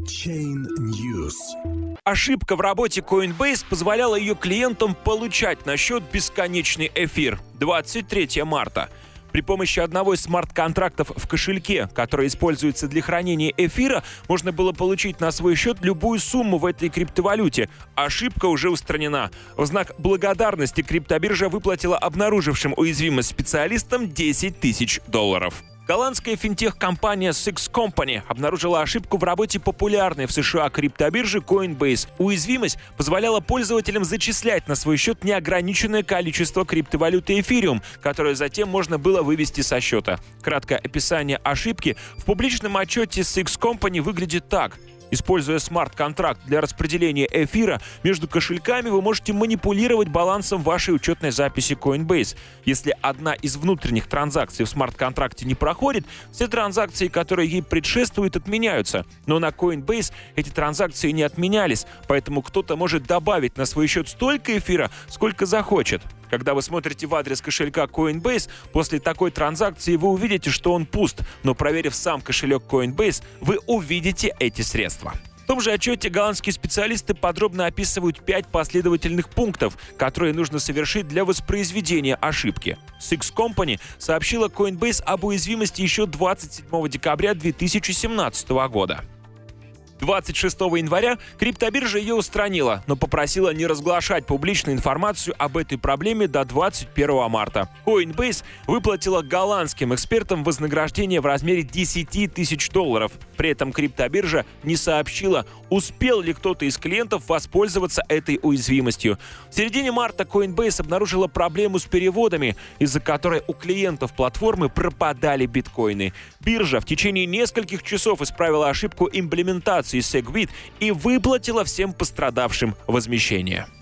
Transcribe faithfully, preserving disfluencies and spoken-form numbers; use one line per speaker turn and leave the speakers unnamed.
Chain News.
Ошибка в работе Coinbase позволяла ее клиентам получать на счет бесконечный эфир. двадцать третьего марта. При помощи одного из смарт-контрактов в кошельке, который используется для хранения эфира, можно было получить на свой счет любую сумму в этой криптовалюте. Ошибка уже устранена. В знак благодарности криптобиржа выплатила обнаружившим уязвимость специалистам десять тысяч долларов. Голландская финтех-компания Six Company обнаружила ошибку в работе популярной в США криптобиржи Coinbase. Уязвимость позволяла пользователям зачислять на свой счет неограниченное количество криптовалюты эфириум, которое затем можно было вывести со счета. Краткое описание ошибки в публичном отчете Six Company выглядит так. Используя смарт-контракт для распределения эфира между кошельками, вы можете манипулировать балансом вашей учетной записи Coinbase. Если одна из внутренних транзакций в смарт-контракте не проходит, все транзакции, которые ей предшествуют, отменяются. Но на Coinbase эти транзакции не отменялись, поэтому кто-то может добавить на свой счет столько эфира, сколько захочет. Когда вы смотрите в адрес кошелька Coinbase, после такой транзакции вы увидите, что он пуст, но проверив сам кошелек Coinbase, вы увидите эти средства. В том же отчете голландские специалисты подробно описывают пять последовательных пунктов, которые нужно совершить для воспроизведения ошибки. Six Company сообщила Coinbase об уязвимости еще двадцать седьмого декабря две тысячи семнадцатого года. двадцать шестого января криптобиржа ее устранила, но попросила не разглашать публичную информацию об этой проблеме до двадцать первого марта. Coinbase выплатила голландским экспертам вознаграждение в размере десять тысяч долларов. При этом криптобиржа не сообщила, успел ли кто-то из клиентов воспользоваться этой уязвимостью. В середине марта Coinbase обнаружила проблему с переводами, из-за которой у клиентов платформы пропадали биткоины. Биржа в течение нескольких часов исправила ошибку имплементации Segwit и выплатила всем пострадавшим возмещение.